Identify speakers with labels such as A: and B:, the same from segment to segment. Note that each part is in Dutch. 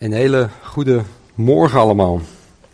A: Een hele goede morgen allemaal.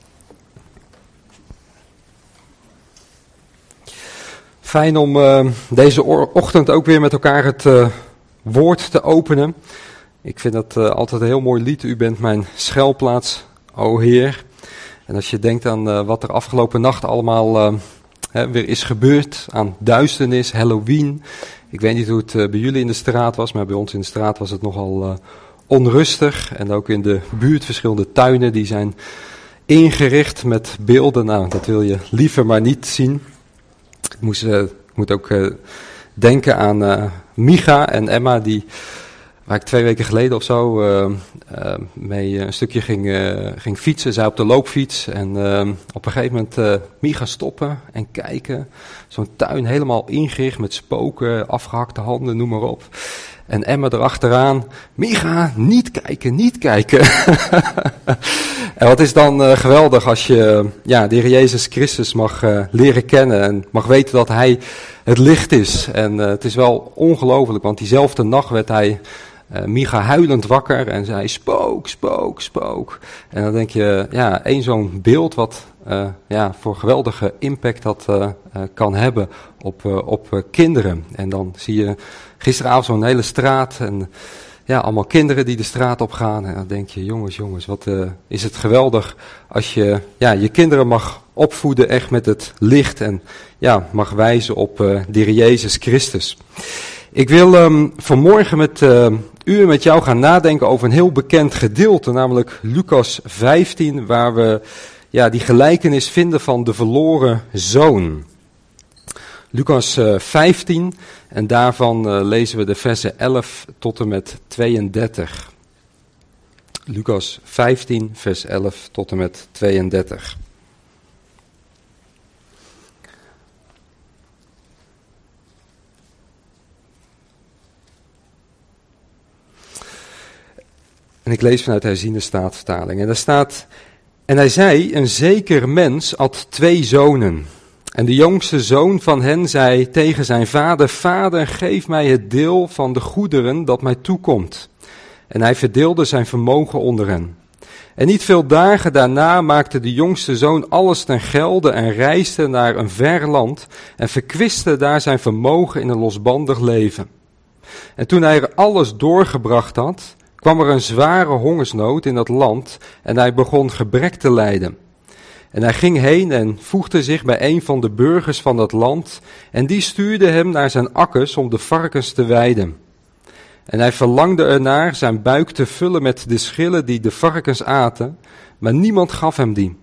A: Fijn om deze ochtend ook weer met elkaar het woord te openen. Ik vind dat altijd een heel mooi lied. U bent mijn schuilplaats, o Heer. En als je denkt aan wat er afgelopen nacht allemaal weer is gebeurd, aan duisternis, Halloween. Ik weet niet hoe het bij jullie in de straat was, maar bij ons in de straat was het nogal onrustig. En ook in de buurt verschillende tuinen die zijn ingericht met beelden. Nou, dat wil je liever maar niet zien. Ik moet ook denken aan Micha en Emma, waar ik 2 weken geleden of zo mee een stukje ging fietsen. Zij op de loopfiets en op een gegeven moment Micha stoppen en kijken. Zo'n tuin helemaal ingericht met spoken, afgehakte handen, noem maar op. En Emma erachteraan, Micha, niet kijken, niet kijken. En wat is dan geweldig als je de Heer Jezus Christus mag leren kennen en mag weten dat Hij het licht is. En het is wel ongelooflijk, want diezelfde nacht werd hij Micha huilend wakker en zei spook, spook, spook. En dan denk je, één zo'n beeld wat voor geweldige impact dat kan hebben op kinderen. En dan zie je gisteravond zo'n hele straat en allemaal kinderen die de straat op gaan. En dan denk je, jongens, wat is het geweldig als je je kinderen mag opvoeden echt met het licht en mag wijzen op de Heer Jezus Christus. Ik wil vanmorgen met u en met jou gaan nadenken over een heel bekend gedeelte, namelijk Lucas 15, waar we die gelijkenis vinden van de verloren zoon. Lucas 15 en daarvan lezen we de versen 11 tot en met 32. Lucas 15, vers 11 tot en met 32. En ik lees vanuit de herziene Statenvertaling. En daar staat: En hij zei, een zeker mens had 2 zonen. En de jongste zoon van hen zei tegen zijn vader: Vader, geef mij het deel van de goederen dat mij toekomt. En hij verdeelde zijn vermogen onder hen. En niet veel dagen daarna maakte de jongste zoon alles ten gelde en reisde naar een ver land en verkwiste daar zijn vermogen in een losbandig leven. En toen hij er alles doorgebracht had, kwam er een zware hongersnood in dat land en hij begon gebrek te lijden. En hij ging heen en voegde zich bij een van de burgers van dat land en die stuurde hem naar zijn akkers om de varkens te weiden. En hij verlangde ernaar zijn buik te vullen met de schillen die de varkens aten, maar niemand gaf hem die.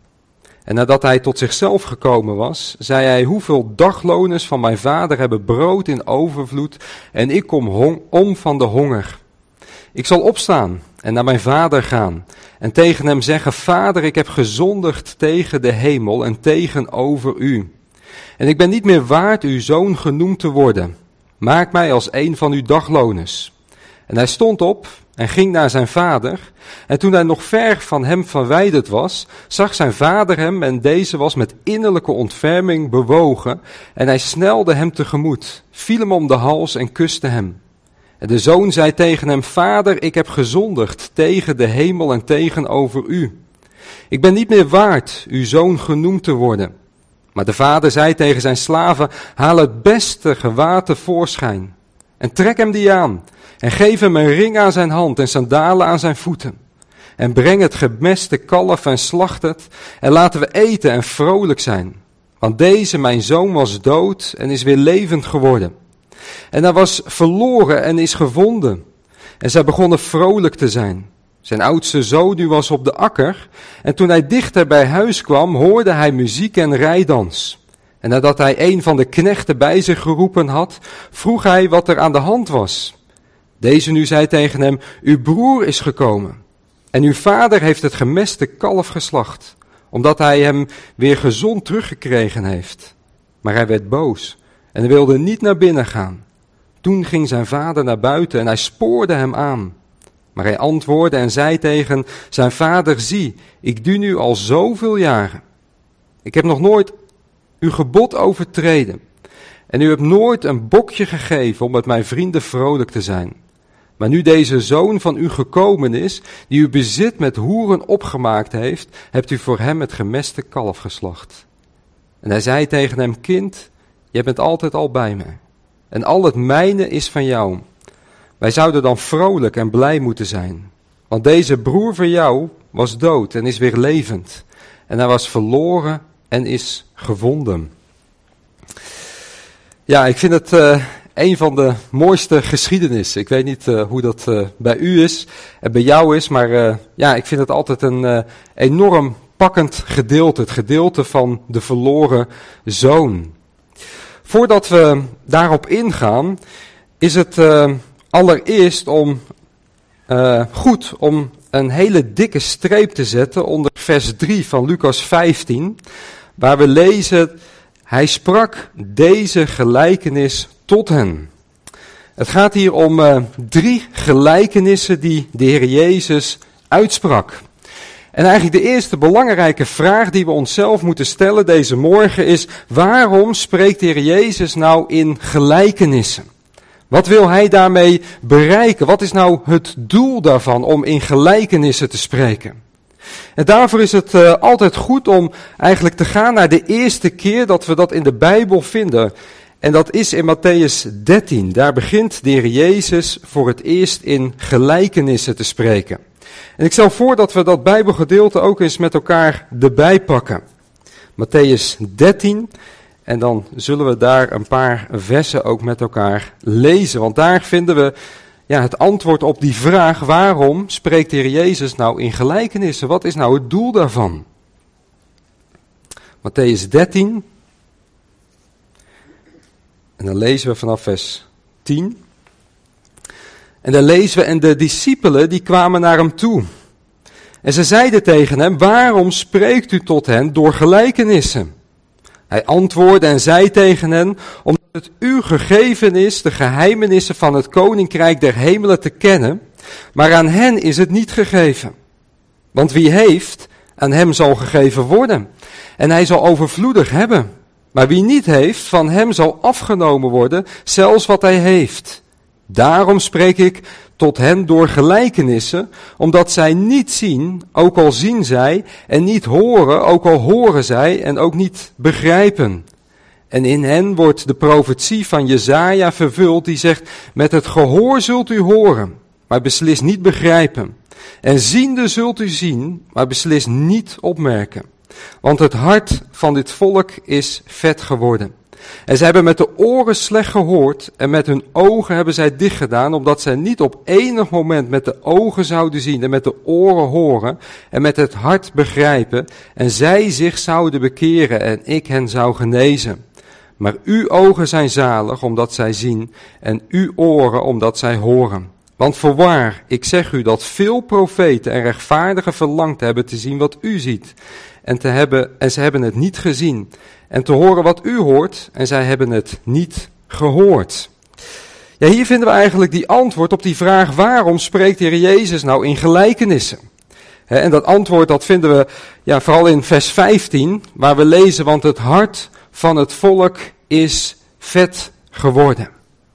A: En nadat hij tot zichzelf gekomen was, zei hij: Hoeveel dagloners van mijn vader hebben brood in overvloed en ik kom om van de honger. Ik zal opstaan en naar mijn vader gaan en tegen hem zeggen: Vader, ik heb gezondigd tegen de hemel en tegenover u. En ik ben niet meer waard uw zoon genoemd te worden. Maak mij als een van uw dagloners. En hij stond op en ging naar zijn vader. En toen hij nog ver van hem verwijderd was, zag zijn vader hem en deze was met innerlijke ontferming bewogen. En hij snelde hem tegemoet, viel hem om de hals en kuste hem. En de zoon zei tegen hem: Vader, ik heb gezondigd tegen de hemel en tegenover u. Ik ben niet meer waard uw zoon genoemd te worden. Maar de vader zei tegen zijn slaven: Haal het beste gewaad tevoorschijn en trek hem die aan. En geef hem een ring aan zijn hand en sandalen aan zijn voeten. En breng het gemeste kalf en slacht het. En laten we eten en vrolijk zijn. Want deze, mijn zoon, was dood en is weer levend geworden. En hij was verloren en is gevonden. En zij begonnen vrolijk te zijn. Zijn oudste zoon nu was op de akker. En toen hij dichter bij huis kwam, hoorde hij muziek en rijdans. En nadat hij een van de knechten bij zich geroepen had, vroeg hij wat er aan de hand was. Deze nu zei tegen hem: Uw broer is gekomen. En uw vader heeft het gemeste kalf geslacht, omdat hij hem weer gezond teruggekregen heeft. Maar hij werd boos en wilde niet naar binnen gaan. Toen ging zijn vader naar buiten en hij spoorde hem aan. Maar hij antwoordde en zei tegen zijn vader: Zie, ik dien u al zoveel jaren. Ik heb nog nooit uw gebod overtreden. En u hebt nooit een bokje gegeven om met mijn vrienden vrolijk te zijn. Maar nu deze zoon van u gekomen is, die uw bezit met hoeren opgemaakt heeft, hebt u voor hem het gemeste kalf geslacht. En hij zei tegen hem, kind, jij bent altijd al bij me. En al het mijne is van jou. Wij zouden dan vrolijk en blij moeten zijn. Want deze broer van jou was dood en is weer levend. En hij was verloren en is gevonden. Ja, ik vind het een van de mooiste geschiedenissen. Ik weet niet hoe dat bij u is en bij jou is, maar ik vind het altijd een enorm pakkend gedeelte. Het gedeelte van de verloren zoon. Voordat we daarop ingaan, is het allereerst goed om een hele dikke streep te zetten onder vers 3 van Lucas 15, waar we lezen, hij sprak deze gelijkenis tot hen. Het gaat hier om 3 gelijkenissen die de Heer Jezus uitsprak. En eigenlijk de eerste belangrijke vraag die we onszelf moeten stellen deze morgen is, waarom spreekt de Heer Jezus nou in gelijkenissen? Wat wil hij daarmee bereiken? Wat is nou het doel daarvan om in gelijkenissen te spreken? En daarvoor is het altijd goed om eigenlijk te gaan naar de eerste keer dat we dat in de Bijbel vinden. En dat is in Mattheüs 13. Daar begint de Heer Jezus voor het eerst in gelijkenissen te spreken. En ik stel voor dat we dat Bijbelgedeelte ook eens met elkaar erbij pakken. Mattheüs 13. En dan zullen we daar een paar versen ook met elkaar lezen. Want daar vinden we het antwoord op die vraag, waarom spreekt de Heer Jezus nou in gelijkenissen? Wat is nou het doel daarvan? Mattheüs 13. En dan lezen we vanaf vers 10. En dan lezen we, en de discipelen die kwamen naar hem toe. En ze zeiden tegen hem, waarom spreekt u tot hen door gelijkenissen? Hij antwoordde en zei tegen hen, omdat het u gegeven is de geheimenissen van het koninkrijk der hemelen te kennen, maar aan hen is het niet gegeven. Want wie heeft, aan hem zal gegeven worden. En hij zal overvloedig hebben. Maar wie niet heeft, van hem zal afgenomen worden, zelfs wat hij heeft. Daarom spreek ik tot hen door gelijkenissen, omdat zij niet zien, ook al zien zij, en niet horen, ook al horen zij, en ook niet begrijpen. En in hen wordt de profetie van Jesaja vervuld, die zegt, met het gehoor zult u horen, maar beslist niet begrijpen. En ziende zult u zien, maar beslist niet opmerken. Want het hart van dit volk is vet geworden. En zij hebben met de oren slecht gehoord en met hun ogen hebben zij dicht gedaan, omdat zij niet op enig moment met de ogen zouden zien en met de oren horen en met het hart begrijpen en zij zich zouden bekeren en ik hen zou genezen. Maar uw ogen zijn zalig omdat zij zien en uw oren omdat zij horen. Want voorwaar, ik zeg u dat veel profeten en rechtvaardigen verlangd hebben te zien wat u ziet en ze hebben het niet gezien. En te horen wat u hoort, en zij hebben het niet gehoord. Ja, hier vinden we eigenlijk die antwoord op die vraag, waarom spreekt de Heer Jezus nou in gelijkenissen? En dat antwoord dat vinden we vooral in vers 15, waar we lezen, want het hart van het volk is vet geworden.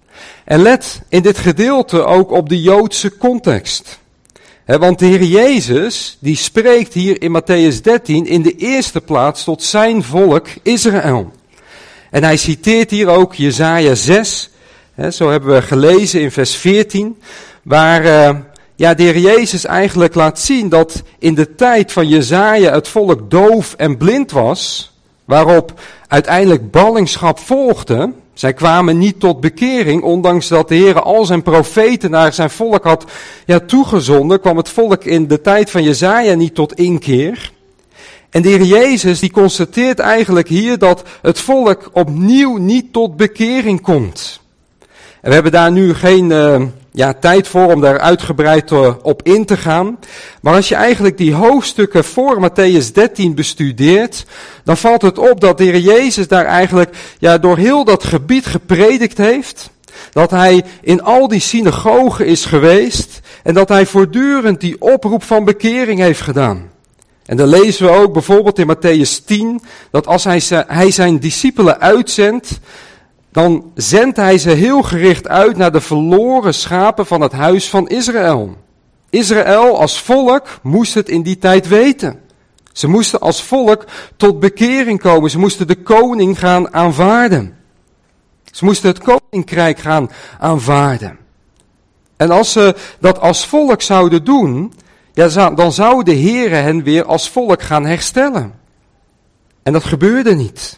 A: En let in dit gedeelte ook op de Joodse context. Want de Heer Jezus, die spreekt hier in Mattheüs 13 in de eerste plaats tot zijn volk Israël. En hij citeert hier ook Jesaja 6, zo hebben we gelezen in vers 14, waar de Heer Jezus eigenlijk laat zien dat in de tijd van Jesaja het volk doof en blind was, waarop uiteindelijk ballingschap volgde. Zij kwamen niet tot bekering, ondanks dat de Heer al zijn profeten naar zijn volk had toegezonden, kwam het volk in de tijd van Jesaja niet tot inkeer. En de Heer Jezus die constateert eigenlijk hier dat het volk opnieuw niet tot bekering komt. En we hebben daar nu geen tijd voor om daar uitgebreid op in te gaan. Maar als je eigenlijk die hoofdstukken voor Mattheüs 13 bestudeert, dan valt het op dat de Heer Jezus daar eigenlijk door heel dat gebied gepredikt heeft. Dat hij in al die synagogen is geweest en dat hij voortdurend die oproep van bekering heeft gedaan. En dan lezen we ook bijvoorbeeld in Mattheüs 10 dat als hij zijn discipelen uitzendt, dan zendt hij ze heel gericht uit naar de verloren schapen van het huis van Israël. Israël als volk moest het in die tijd weten. Ze moesten als volk tot bekering komen. Ze moesten de koning gaan aanvaarden. Ze moesten het koninkrijk gaan aanvaarden. En als ze dat als volk zouden doen, ja, dan zou de Heere hen weer als volk gaan herstellen. En dat gebeurde niet.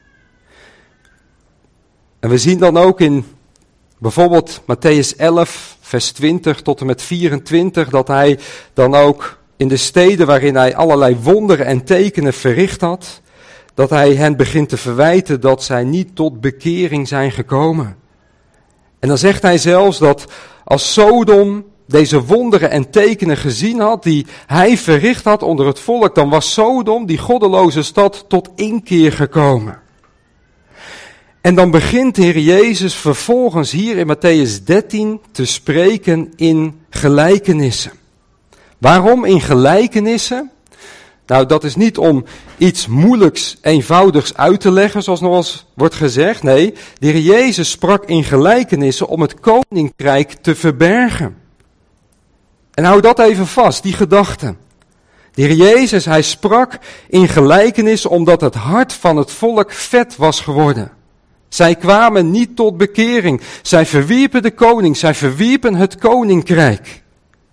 A: En we zien dan ook in bijvoorbeeld Mattheüs 11, vers 20 tot en met 24, dat hij dan ook in de steden waarin hij allerlei wonderen en tekenen verricht had, dat hij hen begint te verwijten dat zij niet tot bekering zijn gekomen. En dan zegt hij zelfs dat als Sodom deze wonderen en tekenen gezien had die hij verricht had onder het volk, dan was Sodom, die goddeloze stad, tot inkeer gekomen. En dan begint de Heer Jezus vervolgens hier in Mattheüs 13 te spreken in gelijkenissen. Waarom in gelijkenissen? Nou, dat is niet om iets moeilijks, eenvoudigs uit te leggen, zoals nog eens wordt gezegd. Nee, de Heer Jezus sprak in gelijkenissen om het koninkrijk te verbergen. En hou dat even vast, die gedachte. De Heer Jezus, hij sprak in gelijkenissen omdat het hart van het volk vet was geworden. Zij kwamen niet tot bekering. Zij verwierpen de koning, zij verwierpen het koninkrijk.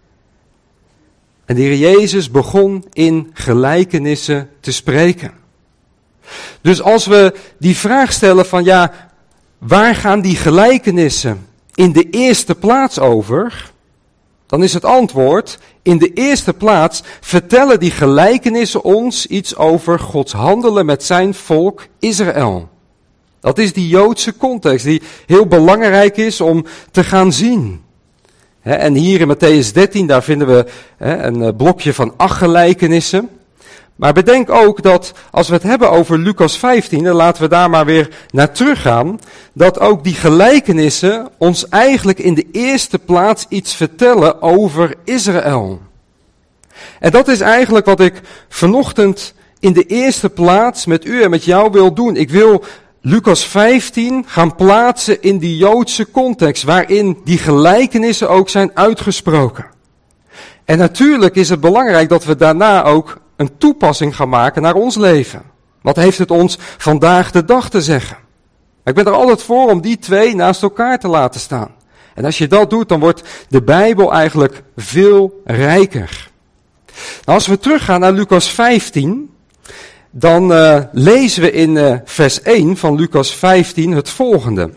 A: En de Heer Jezus begon in gelijkenissen te spreken. Dus als we die vraag stellen van ja, waar gaan die gelijkenissen in de eerste plaats over? Dan is het antwoord, in de eerste plaats vertellen die gelijkenissen ons iets over Gods handelen met zijn volk Israël. Dat is die Joodse context die heel belangrijk is om te gaan zien. En hier in Mattheüs 13, daar vinden we een blokje van 8 gelijkenissen. Maar bedenk ook dat als we het hebben over Lucas 15, en laten we daar maar weer naar teruggaan, dat ook die gelijkenissen ons eigenlijk in de eerste plaats iets vertellen over Israël. En dat is eigenlijk wat ik vanochtend in de eerste plaats met u en met jou wil doen. Ik wil Lucas 15 gaan plaatsen in die Joodse context, waarin die gelijkenissen ook zijn uitgesproken. En natuurlijk is het belangrijk dat we daarna ook een toepassing gaan maken naar ons leven. Wat heeft het ons vandaag de dag te zeggen? Ik ben er altijd voor om die twee naast elkaar te laten staan. En als je dat doet, dan wordt de Bijbel eigenlijk veel rijker. Nou, als we teruggaan naar Lucas 15, dan lezen we in vers 1 van Lucas 15 het volgende.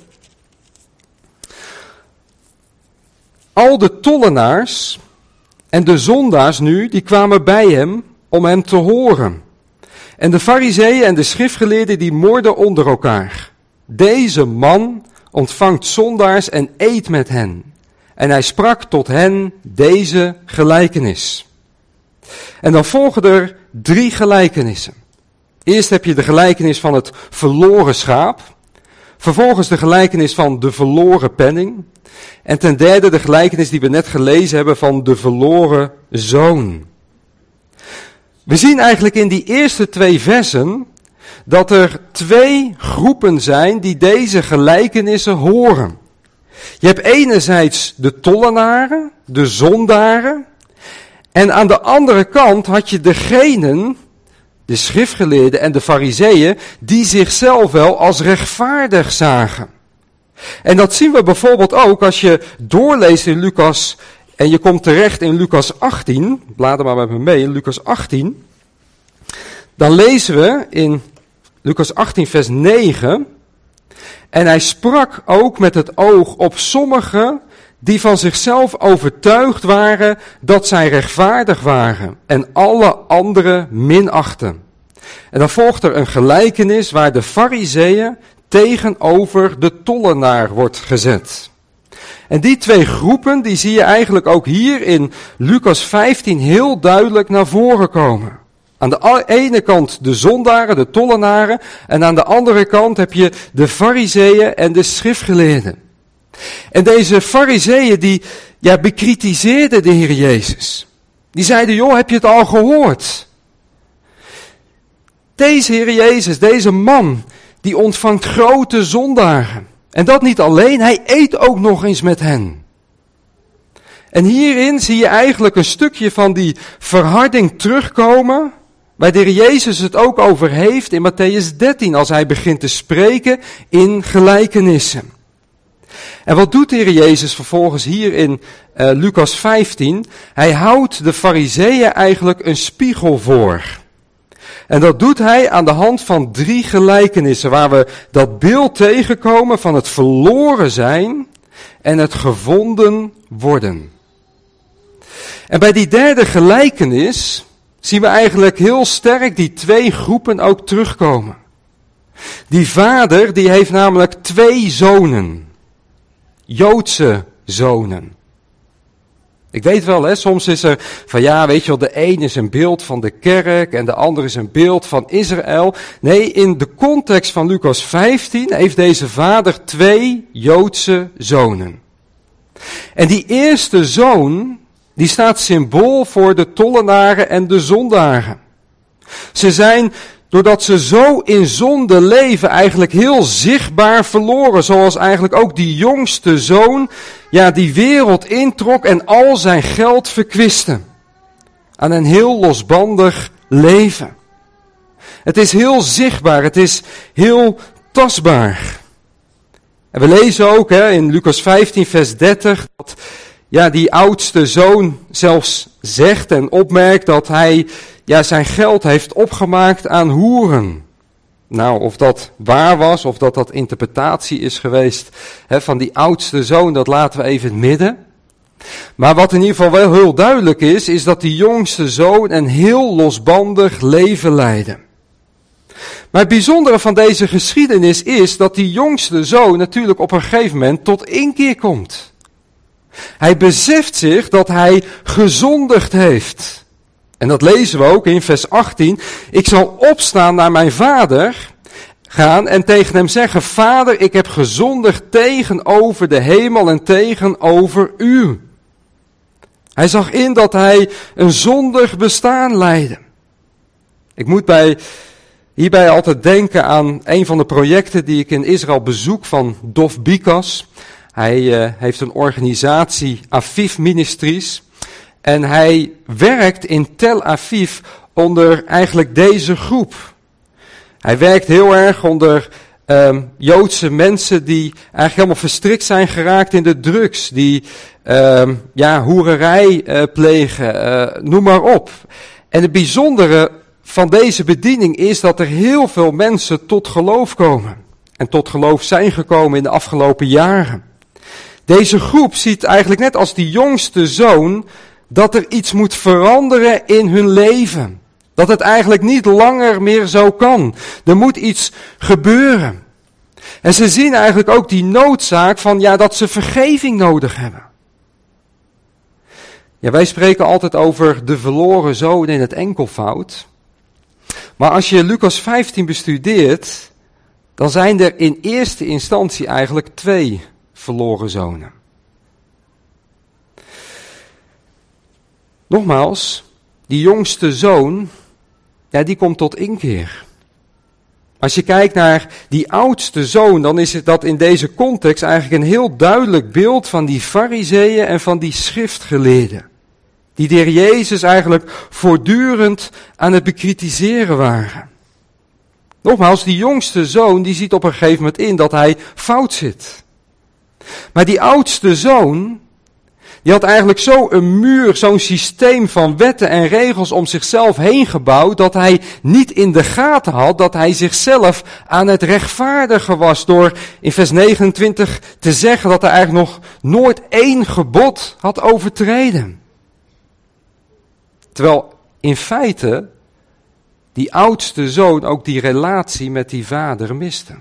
A: Al de tollenaars en de zondaars nu, die kwamen bij hem om hem te horen. En de farizeeën en de schriftgeleerden die morden onder elkaar. Deze man ontvangt zondaars en eet met hen. En hij sprak tot hen deze gelijkenis. En dan volgen er 3 gelijkenissen. Eerst heb je de gelijkenis van het verloren schaap. Vervolgens de gelijkenis van de verloren penning. En ten derde de gelijkenis die we net gelezen hebben van de verloren zoon. We zien eigenlijk in die eerste 2 versen dat er 2 groepen zijn die deze gelijkenissen horen. Je hebt enerzijds de tollenaren, de zondaren. En aan de andere kant had je degenen, de schriftgeleerden en de farizeeën, die zichzelf wel als rechtvaardig zagen. En dat zien we bijvoorbeeld ook als je doorleest in Lucas en je komt terecht in Lucas 18, blader maar met me mee, in Lucas 18. Dan lezen we in Lucas 18 vers 9, en hij sprak ook met het oog op sommigen die van zichzelf overtuigd waren dat zij rechtvaardig waren en alle anderen minachten. En dan volgt er een gelijkenis waar de farizeeën tegenover de tollenaar wordt gezet. En die 2 groepen, die zie je eigenlijk ook hier in Lucas 15 heel duidelijk naar voren komen. Aan de ene kant de zondaren, de tollenaren, en aan de andere kant heb je de farizeeën en de schriftgeleerden. En deze farizeeën die bekritiseerden de Heer Jezus. Die zeiden, joh, heb je het al gehoord? Deze Heer Jezus, deze man, die ontvangt grote zondaren. En dat niet alleen, hij eet ook nog eens met hen. En hierin zie je eigenlijk een stukje van die verharding terugkomen, waar de Heer Jezus het ook over heeft in Mattheüs 13, als hij begint te spreken in gelijkenissen. En wat doet de Heer Jezus vervolgens hier in Lucas 15? Hij houdt de Farizeeën eigenlijk een spiegel voor. En dat doet hij aan de hand van 3 gelijkenissen, waar we dat beeld tegenkomen van het verloren zijn en het gevonden worden. En bij die derde gelijkenis zien we eigenlijk heel sterk die 2 groepen ook terugkomen. Die vader, die heeft namelijk 2 zonen. Joodse zonen. Ik weet wel, soms is er van ja, weet je wel, de een is een beeld van de kerk en de ander is een beeld van Israël. Nee, in de context van Lucas 15 heeft deze vader 2 Joodse zonen. En die eerste zoon, die staat symbool voor de tollenaren en de zondaren. Ze zijn, doordat ze zo in zonde leven, eigenlijk heel zichtbaar verloren. Zoals eigenlijk ook die jongste zoon, ja, die wereld introk en al zijn geld verkwiste. Aan een heel losbandig leven. Het is heel zichtbaar, het is heel tastbaar. En we lezen ook in Lucas 15 vers 30 dat ja, die oudste zoon zelfs zegt en opmerkt dat hij zijn geld heeft opgemaakt aan hoeren. Nou, of dat waar was, of dat interpretatie is geweest van die oudste zoon, dat laten we even in het midden. Maar wat in ieder geval wel heel duidelijk is dat die jongste zoon een heel losbandig leven leidde. Maar het bijzondere van deze geschiedenis is dat die jongste zoon natuurlijk op een gegeven moment tot inkeer komt. Hij beseft zich dat hij gezondigd heeft. En dat lezen we ook in vers 18. Ik zal opstaan naar mijn vader gaan en tegen hem zeggen: Vader, ik heb gezondigd tegenover de hemel en tegenover u. Hij zag in dat hij een zondig bestaan leidde. Ik moet hierbij altijd denken aan een van de projecten die ik in Israël bezoek van Dov Bikas. Hij heeft een organisatie, Aviv Ministries. En hij werkt in Tel Aviv onder eigenlijk deze groep. Hij werkt heel erg onder Joodse mensen die eigenlijk helemaal verstrikt zijn geraakt in de drugs. Die hoererij plegen, noem maar op. En het bijzondere van deze bediening is dat er heel veel mensen tot geloof komen. En tot geloof zijn gekomen in de afgelopen jaren. Deze groep ziet eigenlijk net als die jongste zoon dat er iets moet veranderen in hun leven. Dat het eigenlijk niet langer meer zo kan. Er moet iets gebeuren. En ze zien eigenlijk ook die noodzaak van dat ze vergeving nodig hebben. Ja, wij spreken altijd over de verloren zoon in het enkelvoud. Maar als je Lucas 15 bestudeert, dan zijn er in eerste instantie eigenlijk 2 verloren zonen. Nogmaals, die jongste zoon, die komt tot inkeer. Als je kijkt naar die oudste zoon, dan is het dat in deze context eigenlijk een heel duidelijk beeld van die Farizeeën en van die schriftgeleerden. Die de Heer Jezus eigenlijk voortdurend aan het bekritiseren waren. Nogmaals, die jongste zoon, die ziet op een gegeven moment in dat hij fout zit. Maar die oudste zoon, die had eigenlijk zo'n muur, zo'n systeem van wetten en regels om zichzelf heen gebouwd, dat hij niet in de gaten had dat hij zichzelf aan het rechtvaardigen was, door in vers 29 te zeggen dat hij eigenlijk nog nooit 1 gebod had overtreden. Terwijl in feite die oudste zoon ook die relatie met die vader miste.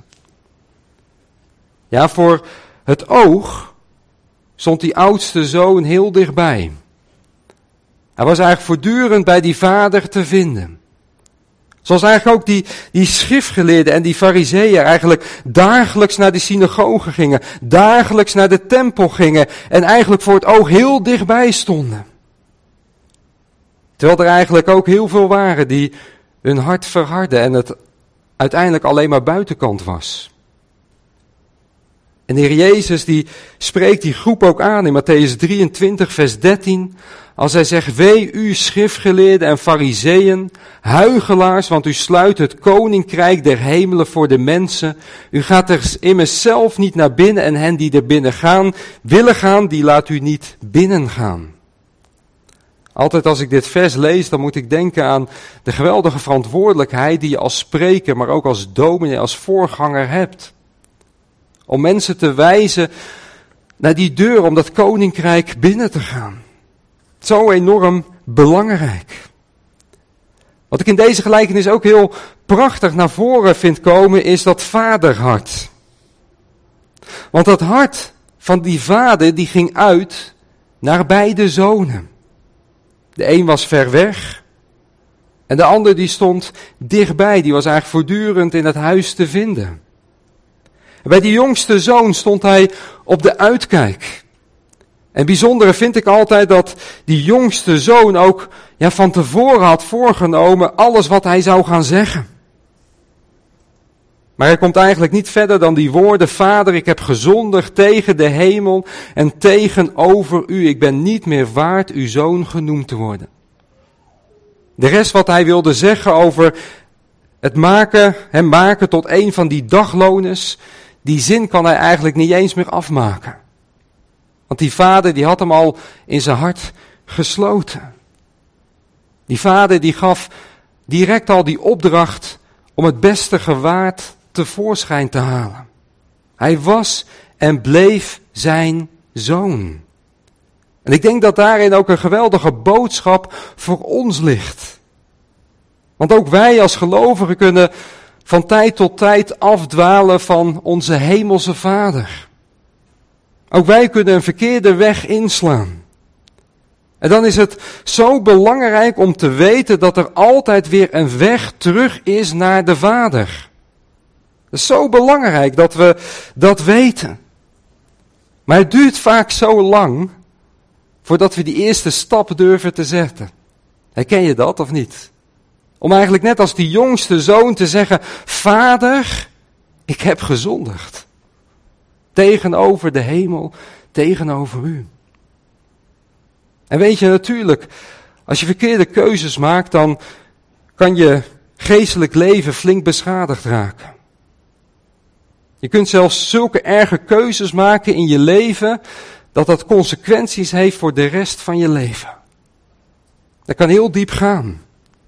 A: Ja, voor het oog stond die oudste zoon heel dichtbij. Hij was eigenlijk voortdurend bij die vader te vinden. Zoals eigenlijk ook die schriftgeleerden en die farizeeën eigenlijk dagelijks naar de synagoge gingen, dagelijks naar de tempel gingen en eigenlijk voor het oog heel dichtbij stonden. Terwijl er eigenlijk ook heel veel waren die hun hart verhardden en het uiteindelijk alleen maar buitenkant was. En de Heer Jezus die spreekt die groep ook aan in Mattheüs 23 vers 13. Als hij zegt, wee u schriftgeleerden en farizeeën, huichelaars, want u sluit het koninkrijk der hemelen voor de mensen. U gaat er immers zelf niet naar binnen en hen die er binnen willen gaan, die laat u niet binnengaan. Altijd als ik dit vers lees, dan moet ik denken aan de geweldige verantwoordelijkheid die je als spreker, maar ook als dominee, als voorganger hebt. Om mensen te wijzen naar die deur, om dat koninkrijk binnen te gaan. Zo enorm belangrijk. Wat ik in deze gelijkenis ook heel prachtig naar voren vind komen, is dat vaderhart. Want dat hart van die vader, die ging uit naar beide zonen. De een was ver weg en de ander die stond dichtbij. Die was eigenlijk voortdurend in het huis te vinden. En bij die jongste zoon stond hij op de uitkijk. En bijzondere vind ik altijd dat die jongste zoon ook van tevoren had voorgenomen alles wat hij zou gaan zeggen. Maar hij komt eigenlijk niet verder dan die woorden, Vader, ik heb gezondigd tegen de hemel en tegenover u. Ik ben niet meer waard uw zoon genoemd te worden. De rest wat hij wilde zeggen over hem maken tot een van die dagloners, die zin kan hij eigenlijk niet eens meer afmaken. Want die vader die had hem al in zijn hart gesloten. Die vader die gaf direct al die opdracht om het beste gewaad tevoorschijn te halen. Hij was en bleef zijn zoon. En ik denk dat daarin ook een geweldige boodschap voor ons ligt. Want ook wij als gelovigen kunnen van tijd tot tijd afdwalen van onze hemelse Vader. Ook wij kunnen een verkeerde weg inslaan. En dan is het zo belangrijk om te weten dat er altijd weer een weg terug is naar de Vader. Het is zo belangrijk dat we dat weten. Maar het duurt vaak zo lang voordat we die eerste stap durven te zetten. Herken je dat of niet? Om eigenlijk net als die jongste zoon te zeggen, Vader, ik heb gezondigd. Tegenover de hemel, tegenover u. En weet je natuurlijk, als je verkeerde keuzes maakt, dan kan je geestelijk leven flink beschadigd raken. Je kunt zelfs zulke erge keuzes maken in je leven, dat consequenties heeft voor de rest van je leven. Dat kan heel diep gaan.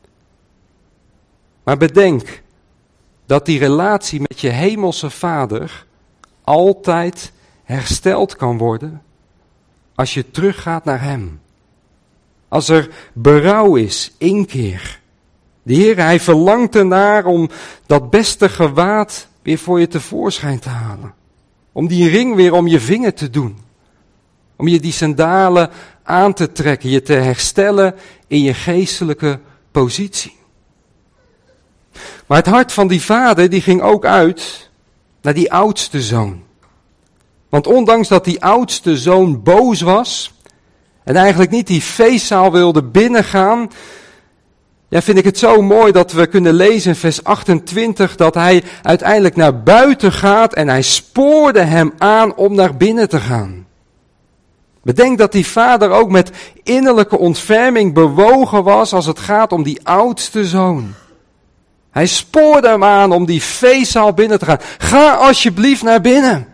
A: Maar bedenk dat die relatie met je hemelse Vader altijd hersteld kan worden als je teruggaat naar hem. Als er berouw is, inkeer. De Heer, hij verlangt ernaar om dat beste gewaad weer voor je tevoorschijn te halen. Om die ring weer om je vinger te doen. Om je die sandalen aan te trekken, je te herstellen in je geestelijke positie. Maar het hart van die vader, die ging ook uit naar die oudste zoon. Want ondanks dat die oudste zoon boos was en eigenlijk niet die feestzaal wilde binnengaan, vind ik het zo mooi dat we kunnen lezen in vers 28 dat hij uiteindelijk naar buiten gaat en hij spoorde hem aan om naar binnen te gaan. Bedenk dat die vader ook met innerlijke ontferming bewogen was als het gaat om die oudste zoon. Hij spoorde hem aan om die feestzaal binnen te gaan. Ga alsjeblieft naar binnen.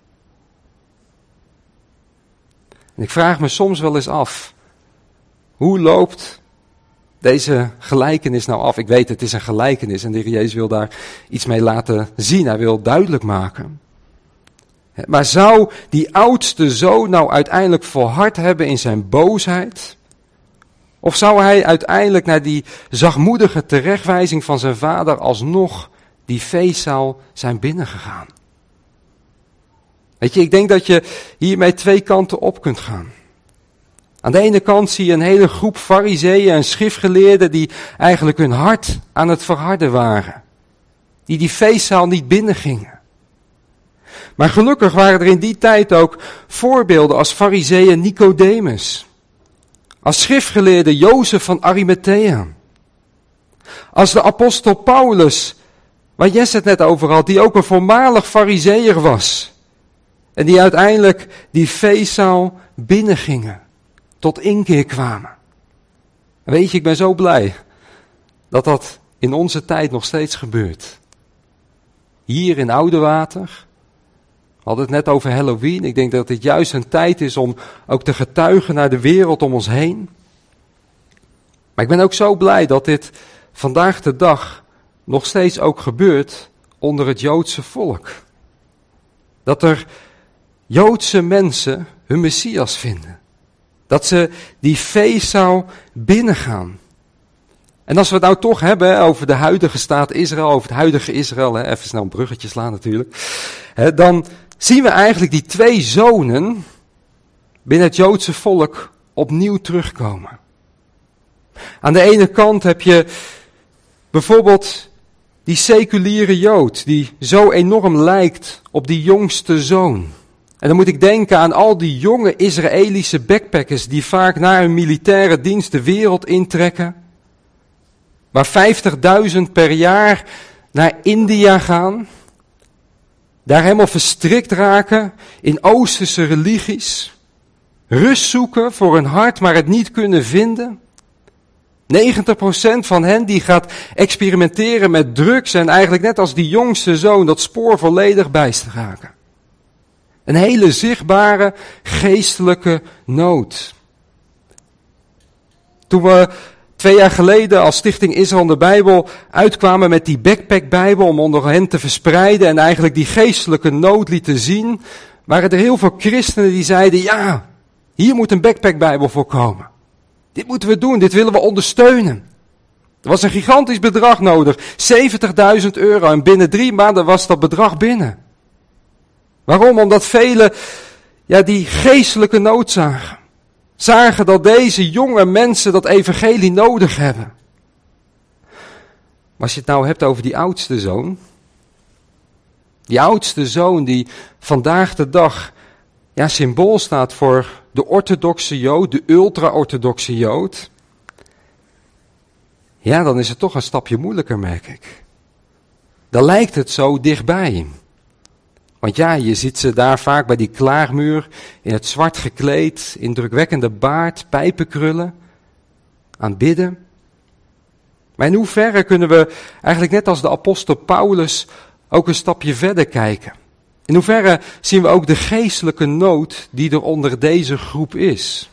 A: En ik vraag me soms wel eens af, hoe loopt deze gelijkenis nou af? Ik weet, het is een gelijkenis en de Heer Jezus wil daar iets mee laten zien. Hij wil duidelijk maken. Maar zou die oudste zoon nou uiteindelijk volhard hebben in zijn boosheid? Of zou hij uiteindelijk naar die zachtmoedige terechtwijzing van zijn vader alsnog die feestzaal zijn binnengegaan? Weet je, ik denk dat je hiermee twee kanten op kunt gaan. Aan de ene kant zie je een hele groep farizeeën en schriftgeleerden die eigenlijk hun hart aan het verharden waren. Die feestzaal niet binnengingen. Maar gelukkig waren er in die tijd ook voorbeelden als farizeeën Nicodemus. Als schriftgeleerde Jozef van Arimathea. Als de apostel Paulus, waar Jesse het net over had, die ook een voormalig farizeeër was. En die uiteindelijk die feestzaal binnengingen, tot inkeer kwamen. En weet je, ik ben zo blij dat dat in onze tijd nog steeds gebeurt. Hier in Oudewater, we hadden het net over Halloween. Ik denk dat dit juist een tijd is om ook te getuigen naar de wereld om ons heen. Maar ik ben ook zo blij dat dit vandaag de dag nog steeds ook gebeurt onder het Joodse volk. Dat er Joodse mensen hun Messias vinden. Dat ze die feestzaal binnengaan. En als we het nou toch hebben over de huidige staat Israël, over het huidige Israël, even snel een bruggetje slaan natuurlijk, dan zien we eigenlijk die twee zonen binnen het Joodse volk opnieuw terugkomen. Aan de ene kant heb je bijvoorbeeld die seculiere Jood, die zo enorm lijkt op die jongste zoon. En dan moet ik denken aan al die jonge Israëlische backpackers die vaak na hun militaire dienst de wereld intrekken. Waar 50.000 per jaar naar India gaan. Daar helemaal verstrikt raken in Oosterse religies. Rust zoeken voor hun hart, maar het niet kunnen vinden. 90% van hen die gaat experimenteren met drugs en eigenlijk net als die jongste zoon dat spoor volledig bijst raken. Een hele zichtbare geestelijke nood. Toen we 2 jaar geleden als Stichting Israël de Bijbel uitkwamen met die backpackbijbel om onder hen te verspreiden en eigenlijk die geestelijke nood lieten zien, waren er heel veel christenen die zeiden, ja, hier moet een backpackbijbel voor komen. Dit moeten we doen, dit willen we ondersteunen. Er was een gigantisch bedrag nodig, €70.000 en binnen 3 maanden was dat bedrag binnen. Waarom? Omdat velen die geestelijke nood zagen. Zagen dat deze jonge mensen dat evangelie nodig hebben. Maar als je het nou hebt over die oudste zoon. Die oudste zoon die vandaag de dag symbool staat voor de orthodoxe Jood, de ultra-orthodoxe Jood. Ja, dan is het toch een stapje moeilijker, merk ik. Dan lijkt het zo dichtbij. Want ja, je ziet ze daar vaak bij die klaarmuur, in het zwart gekleed, indrukwekkende baard, pijpenkrullen, aanbidden. Maar in hoeverre kunnen we eigenlijk net als de apostel Paulus ook een stapje verder kijken? In hoeverre zien we ook de geestelijke nood die er onder deze groep is?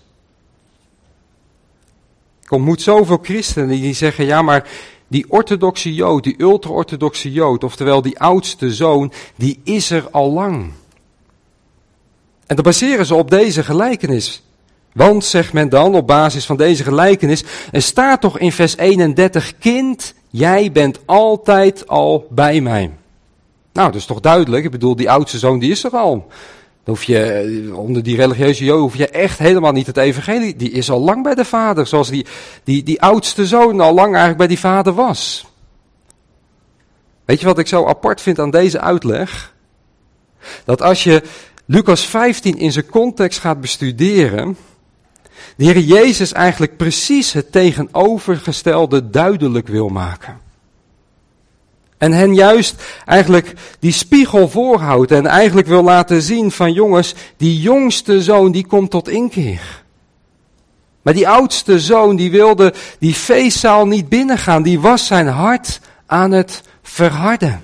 A: Ik ontmoet zoveel christenen die zeggen, ja maar die orthodoxe Jood, die ultra-orthodoxe Jood, oftewel die oudste zoon, die is er al lang. En dat baseren ze op deze gelijkenis. Want, zegt men dan, op basis van deze gelijkenis, er staat toch in vers 31, kind, jij bent altijd al bij mij. Nou, dat is toch duidelijk, ik bedoel, die oudste zoon, die is er al. Dan hoef je, onder die religieuze Joden, hoef je echt helemaal niet het evangelie. Die is al lang bij de vader, zoals die oudste zoon al lang eigenlijk bij die vader was. Weet je wat ik zo apart vind aan deze uitleg? Dat als je Lucas 15 in zijn context gaat bestuderen, de Heer Jezus eigenlijk precies het tegenovergestelde duidelijk wil maken. En hen juist eigenlijk die spiegel voorhoudt en eigenlijk wil laten zien van jongens, die jongste zoon die komt tot inkeer. Maar die oudste zoon die wilde die feestzaal niet binnengaan, die was zijn hart aan het verharden.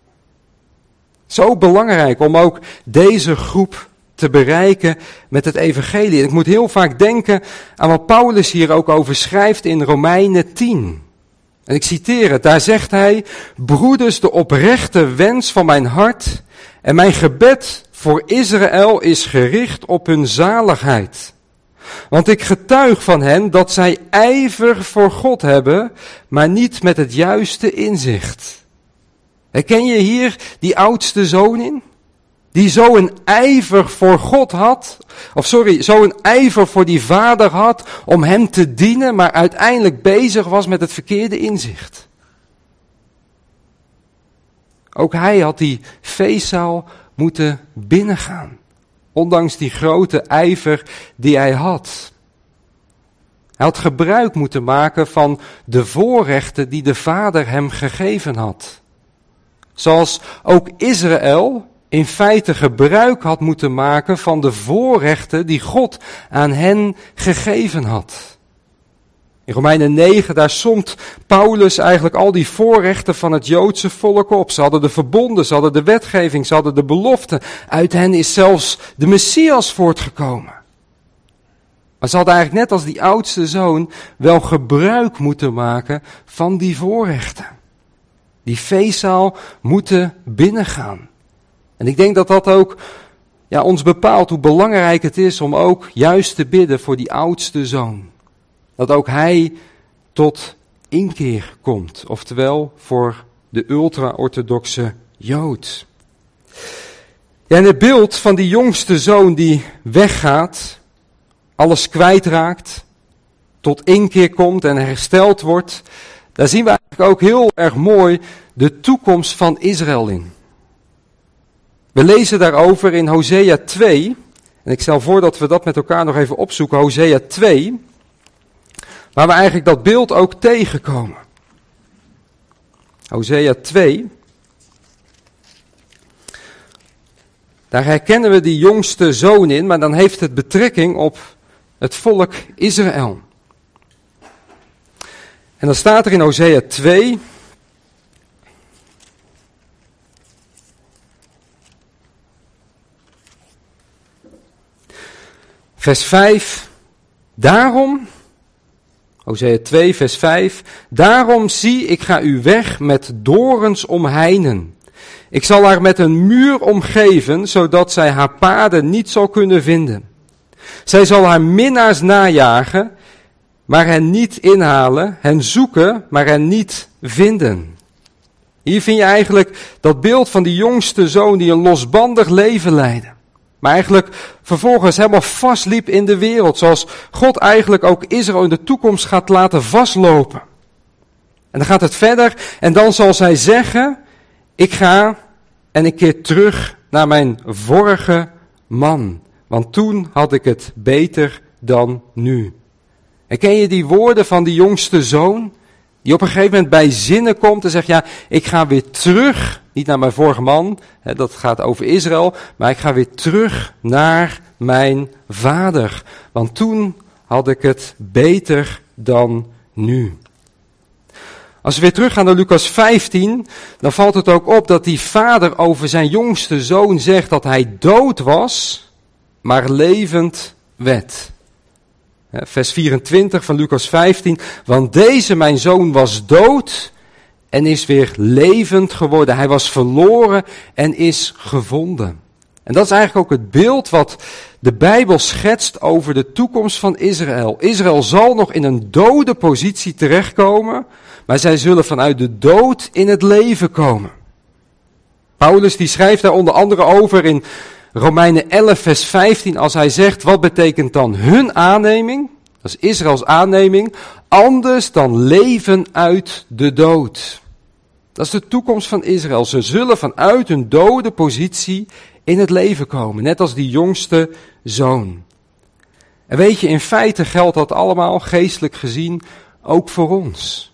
A: Zo belangrijk om ook deze groep te bereiken met het evangelie. En ik moet heel vaak denken aan wat Paulus hier ook over schrijft in Romeinen 10. En ik citeer het, daar zegt hij, broeders, de oprechte wens van mijn hart en mijn gebed voor Israël is gericht op hun zaligheid. Want ik getuig van hen dat zij ijver voor God hebben, maar niet met het juiste inzicht. Herken je hier die oudste zoon in? Die zo een ijver voor God had, zo een ijver voor die vader had om hem te dienen, maar uiteindelijk bezig was met het verkeerde inzicht. Ook hij had die feestzaal moeten binnengaan, ondanks die grote ijver die hij had. Hij had gebruik moeten maken van de voorrechten die de vader hem gegeven had. Zoals ook Israël in feite gebruik had moeten maken van de voorrechten die God aan hen gegeven had. In Romeinen 9, daar somt Paulus eigenlijk al die voorrechten van het Joodse volk op. Ze hadden de verbonden, ze hadden de wetgeving, ze hadden de beloften. Uit hen is zelfs de Messias voortgekomen. Maar ze hadden eigenlijk net als die oudste zoon wel gebruik moeten maken van die voorrechten. Die feestzaal moeten binnengaan. En ik denk dat dat ook ons bepaalt hoe belangrijk het is om ook juist te bidden voor die oudste zoon. Dat ook hij tot inkeer komt, oftewel voor de ultra-orthodoxe Jood. Ja, en het beeld van die jongste zoon die weggaat, alles kwijtraakt, tot inkeer komt en hersteld wordt, daar zien we eigenlijk ook heel erg mooi de toekomst van Israël in. We lezen daarover in Hosea 2, en ik stel voor dat we dat met elkaar nog even opzoeken, Hosea 2, waar we eigenlijk dat beeld ook tegenkomen. Hosea 2. Daar herkennen we die jongste zoon in, maar dan heeft het betrekking op het volk Israël. En dan staat er in Hosea 2, vers 5, daarom, Hosea 2, vers 5, daarom zie, ik ga u weg met dorens omheinen. Ik zal haar met een muur omgeven, zodat zij haar paden niet zal kunnen vinden. Zij zal haar minnaars najagen, maar hen niet inhalen, hen zoeken, maar hen niet vinden. Hier vind je eigenlijk dat beeld van die jongste zoon die een losbandig leven leidde. Maar eigenlijk vervolgens helemaal vastliep in de wereld, zoals God eigenlijk ook Israël in de toekomst gaat laten vastlopen. En dan gaat het verder en dan zal zij zeggen, ik ga en ik keer terug naar mijn vorige man, want toen had ik het beter dan nu. En ken je die woorden van die jongste zoon, die op een gegeven moment bij zinnen komt en zegt, ja, ik ga weer terug, niet naar mijn vorige man, dat gaat over Israël, maar ik ga weer terug naar mijn vader, want toen had ik het beter dan nu. Als we weer teruggaan naar Lucas 15, dan valt het ook op dat die vader over zijn jongste zoon zegt dat hij dood was, maar levend werd. Vers 24 van Lucas 15, want deze mijn zoon was dood en is weer levend geworden. Hij was verloren en is gevonden. En dat is eigenlijk ook het beeld wat de Bijbel schetst over de toekomst van Israël. Israël zal nog in een dode positie terechtkomen, maar zij zullen vanuit de dood in het leven komen. Paulus die schrijft daar onder andere over in Romeinen 11 vers 15 als hij zegt, wat betekent dan hun aanneming? Dat is Israëls aanneming, anders dan leven uit de dood. Dat is de toekomst van Israël. Ze zullen vanuit hun dode positie in het leven komen, net als die jongste zoon. En weet je, in feite geldt dat allemaal geestelijk gezien ook voor ons.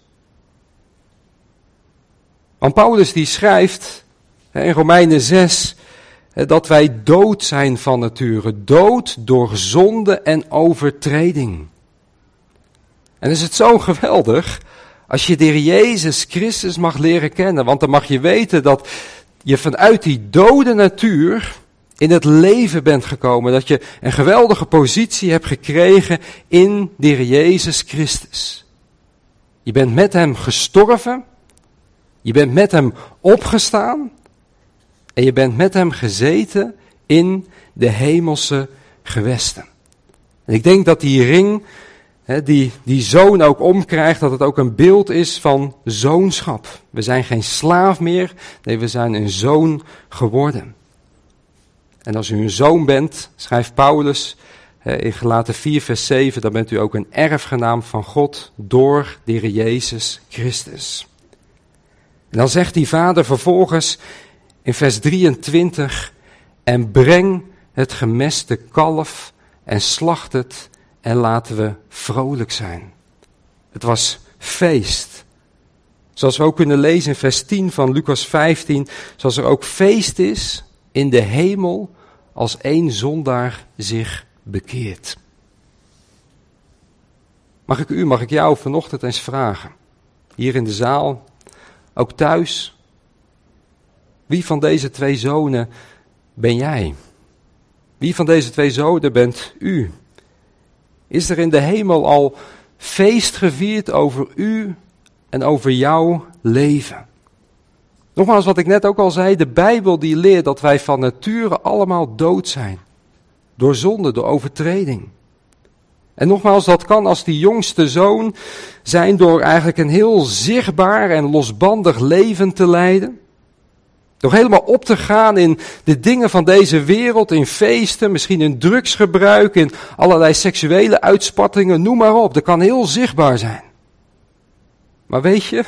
A: Want Paulus die schrijft in Romeinen 6 dat wij dood zijn van nature, dood door zonde en overtreding. En is het zo geweldig als je de Heer Jezus Christus mag leren kennen, want dan mag je weten dat je vanuit die dode natuur in het leven bent gekomen, dat je een geweldige positie hebt gekregen in de Heer Jezus Christus. Je bent met hem gestorven, je bent met hem opgestaan en je bent met hem gezeten in de hemelse gewesten. En ik denk dat die ring die zoon ook omkrijgt, dat het ook een beeld is van zoonschap. We zijn geen slaaf meer, nee, we zijn een zoon geworden. En als u een zoon bent, schrijft Paulus in Galaten 4 vers 7, dan bent u ook een erfgenaam van God door de Heer Jezus Christus. En dan zegt die vader vervolgens in vers 23, en breng het gemeste kalf en slacht het en laten we vrolijk zijn. Het was feest. Zoals we ook kunnen lezen in vers 10 van Lucas 15, zoals er ook feest is in de hemel als één zondaar zich bekeert? Mag ik jou vanochtend eens vragen, hier in de zaal, ook thuis, wie van deze twee zonen ben jij? Wie van deze twee zonen bent u? Is er in de hemel al feest gevierd over u en over jouw leven? Nogmaals, wat ik net ook al zei, de Bijbel die leert dat wij van nature allemaal dood zijn. Door zonde, door overtreding. En nogmaals, dat kan als die jongste zoon zijn door eigenlijk een heel zichtbaar en losbandig leven te leiden. Door helemaal op te gaan in de dingen van deze wereld, in feesten, misschien in drugsgebruik, in allerlei seksuele uitspattingen, noem maar op. Dat kan heel zichtbaar zijn. Maar weet je,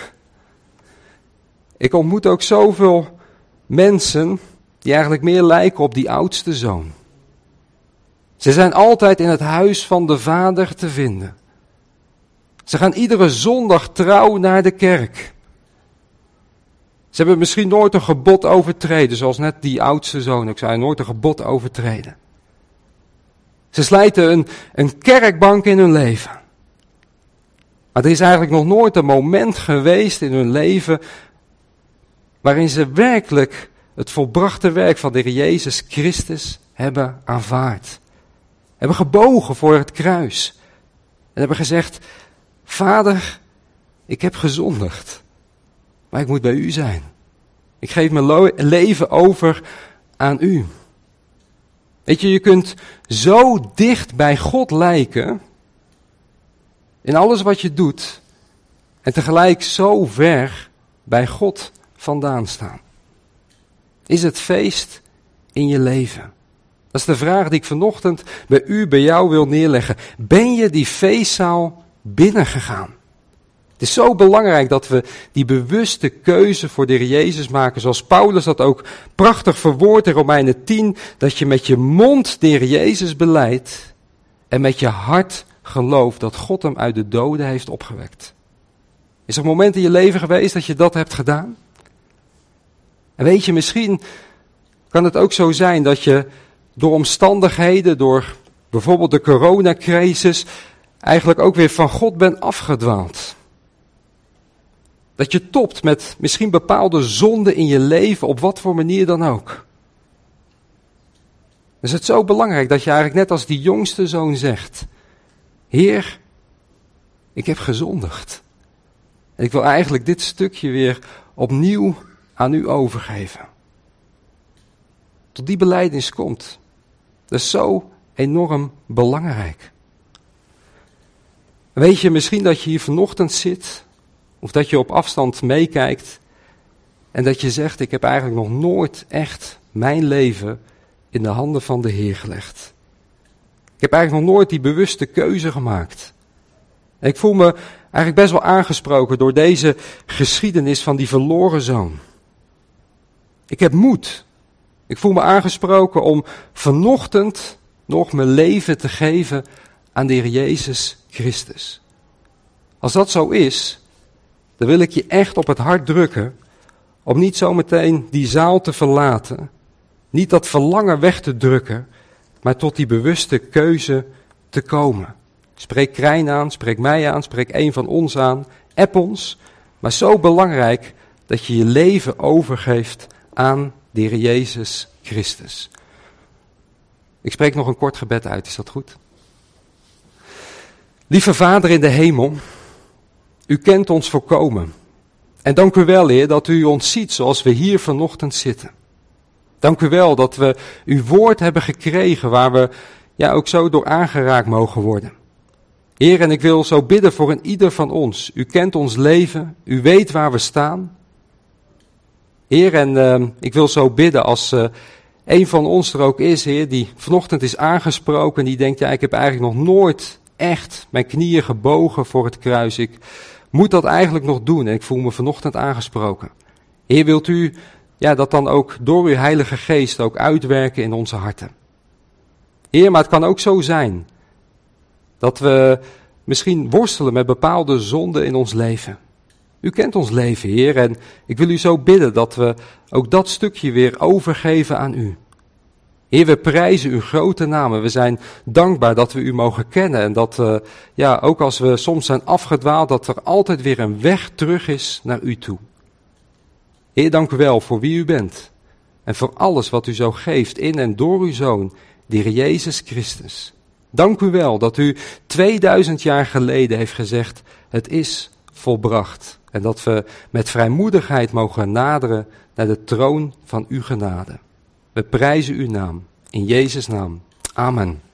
A: ik ontmoet ook zoveel mensen die eigenlijk meer lijken op die oudste zoon. Ze zijn altijd in het huis van de Vader te vinden. Ze gaan iedere zondag trouw naar de kerk. Ze hebben misschien nooit een gebod overtreden, zoals net die oudste zoon. Ik zei nooit een gebod overtreden. Ze slijten een kerkbank in hun leven. Maar er is eigenlijk nog nooit een moment geweest in hun leven waarin ze werkelijk het volbrachte werk van de Heer Jezus Christus hebben aanvaard. Hebben gebogen voor het kruis. En hebben gezegd, Vader, ik heb gezondigd. Maar ik moet bij u zijn. Ik geef mijn leven over aan u. Weet je, je kunt zo dicht bij God lijken, in alles wat je doet, en tegelijk zo ver bij God vandaan staan. Is het feest in je leven? Dat is de vraag die ik vanochtend bij jou wil neerleggen. Ben je die feestzaal binnengegaan? Het is zo belangrijk dat we die bewuste keuze voor de Heer Jezus maken, zoals Paulus dat ook prachtig verwoordt in Romeinen 10, dat je met je mond de Heer Jezus belijdt en met je hart gelooft dat God hem uit de doden heeft opgewekt. Is er een moment in je leven geweest dat je dat hebt gedaan? En weet je, misschien kan het ook zo zijn dat je door omstandigheden, door bijvoorbeeld de coronacrisis, eigenlijk ook weer van God bent afgedwaald. Dat je topt met misschien bepaalde zonden in je leven, op wat voor manier dan ook. Dan is het zo belangrijk dat je eigenlijk net als die jongste zoon zegt, Heer, ik heb gezondigd. En ik wil eigenlijk dit stukje weer opnieuw aan u overgeven. Tot die belijdenis komt. Dat is zo enorm belangrijk. Weet je, misschien dat je hier vanochtend zit, of dat je op afstand meekijkt en dat je zegt, ik heb eigenlijk nog nooit echt mijn leven in de handen van de Heer gelegd. Ik heb eigenlijk nog nooit die bewuste keuze gemaakt. En ik voel me eigenlijk best wel aangesproken door deze geschiedenis van die verloren zoon. Ik heb moed. Ik voel me aangesproken om vanochtend nog mijn leven te geven aan de Heer Jezus Christus. Als dat zo is, dan wil ik je echt op het hart drukken om niet zometeen die zaal te verlaten, niet dat verlangen weg te drukken, maar tot die bewuste keuze te komen. Spreek Krijn aan, spreek mij aan, spreek een van ons aan, app ons, maar zo belangrijk dat je je leven overgeeft aan de Heer Jezus Christus. Ik spreek nog een kort gebed uit, is dat goed? Lieve Vader in de hemel, u kent ons volkomen. En dank u wel, Heer, dat u ons ziet zoals we hier vanochtend zitten. Dank u wel dat we uw woord hebben gekregen waar we ook zo door aangeraakt mogen worden. Heer, en ik wil zo bidden voor een ieder van ons. U kent ons leven, u weet waar we staan. Heer, en ik wil zo bidden als een van ons er ook is, Heer, die vanochtend is aangesproken en die denkt, ik heb eigenlijk nog nooit echt mijn knieën gebogen voor het kruis. Ik moet dat eigenlijk nog doen en ik voel me vanochtend aangesproken. Heer, wilt u dat dan ook door uw Heilige Geest ook uitwerken in onze harten. Heer, maar het kan ook zo zijn dat we misschien worstelen met bepaalde zonden in ons leven. U kent ons leven, Heer, en ik wil u zo bidden dat we ook dat stukje weer overgeven aan u. Heer, we prijzen uw grote naam. We zijn dankbaar dat we u mogen kennen en dat, ook als we soms zijn afgedwaald, dat er altijd weer een weg terug is naar u toe. Heer, dank u wel voor wie u bent en voor alles wat u zo geeft in en door uw Zoon, de Heer Jezus Christus. Dank u wel dat u 2000 jaar geleden heeft gezegd, het is volbracht. En dat we met vrijmoedigheid mogen naderen naar de troon van uw genade. We prijzen uw naam, in Jezus' naam. Amen.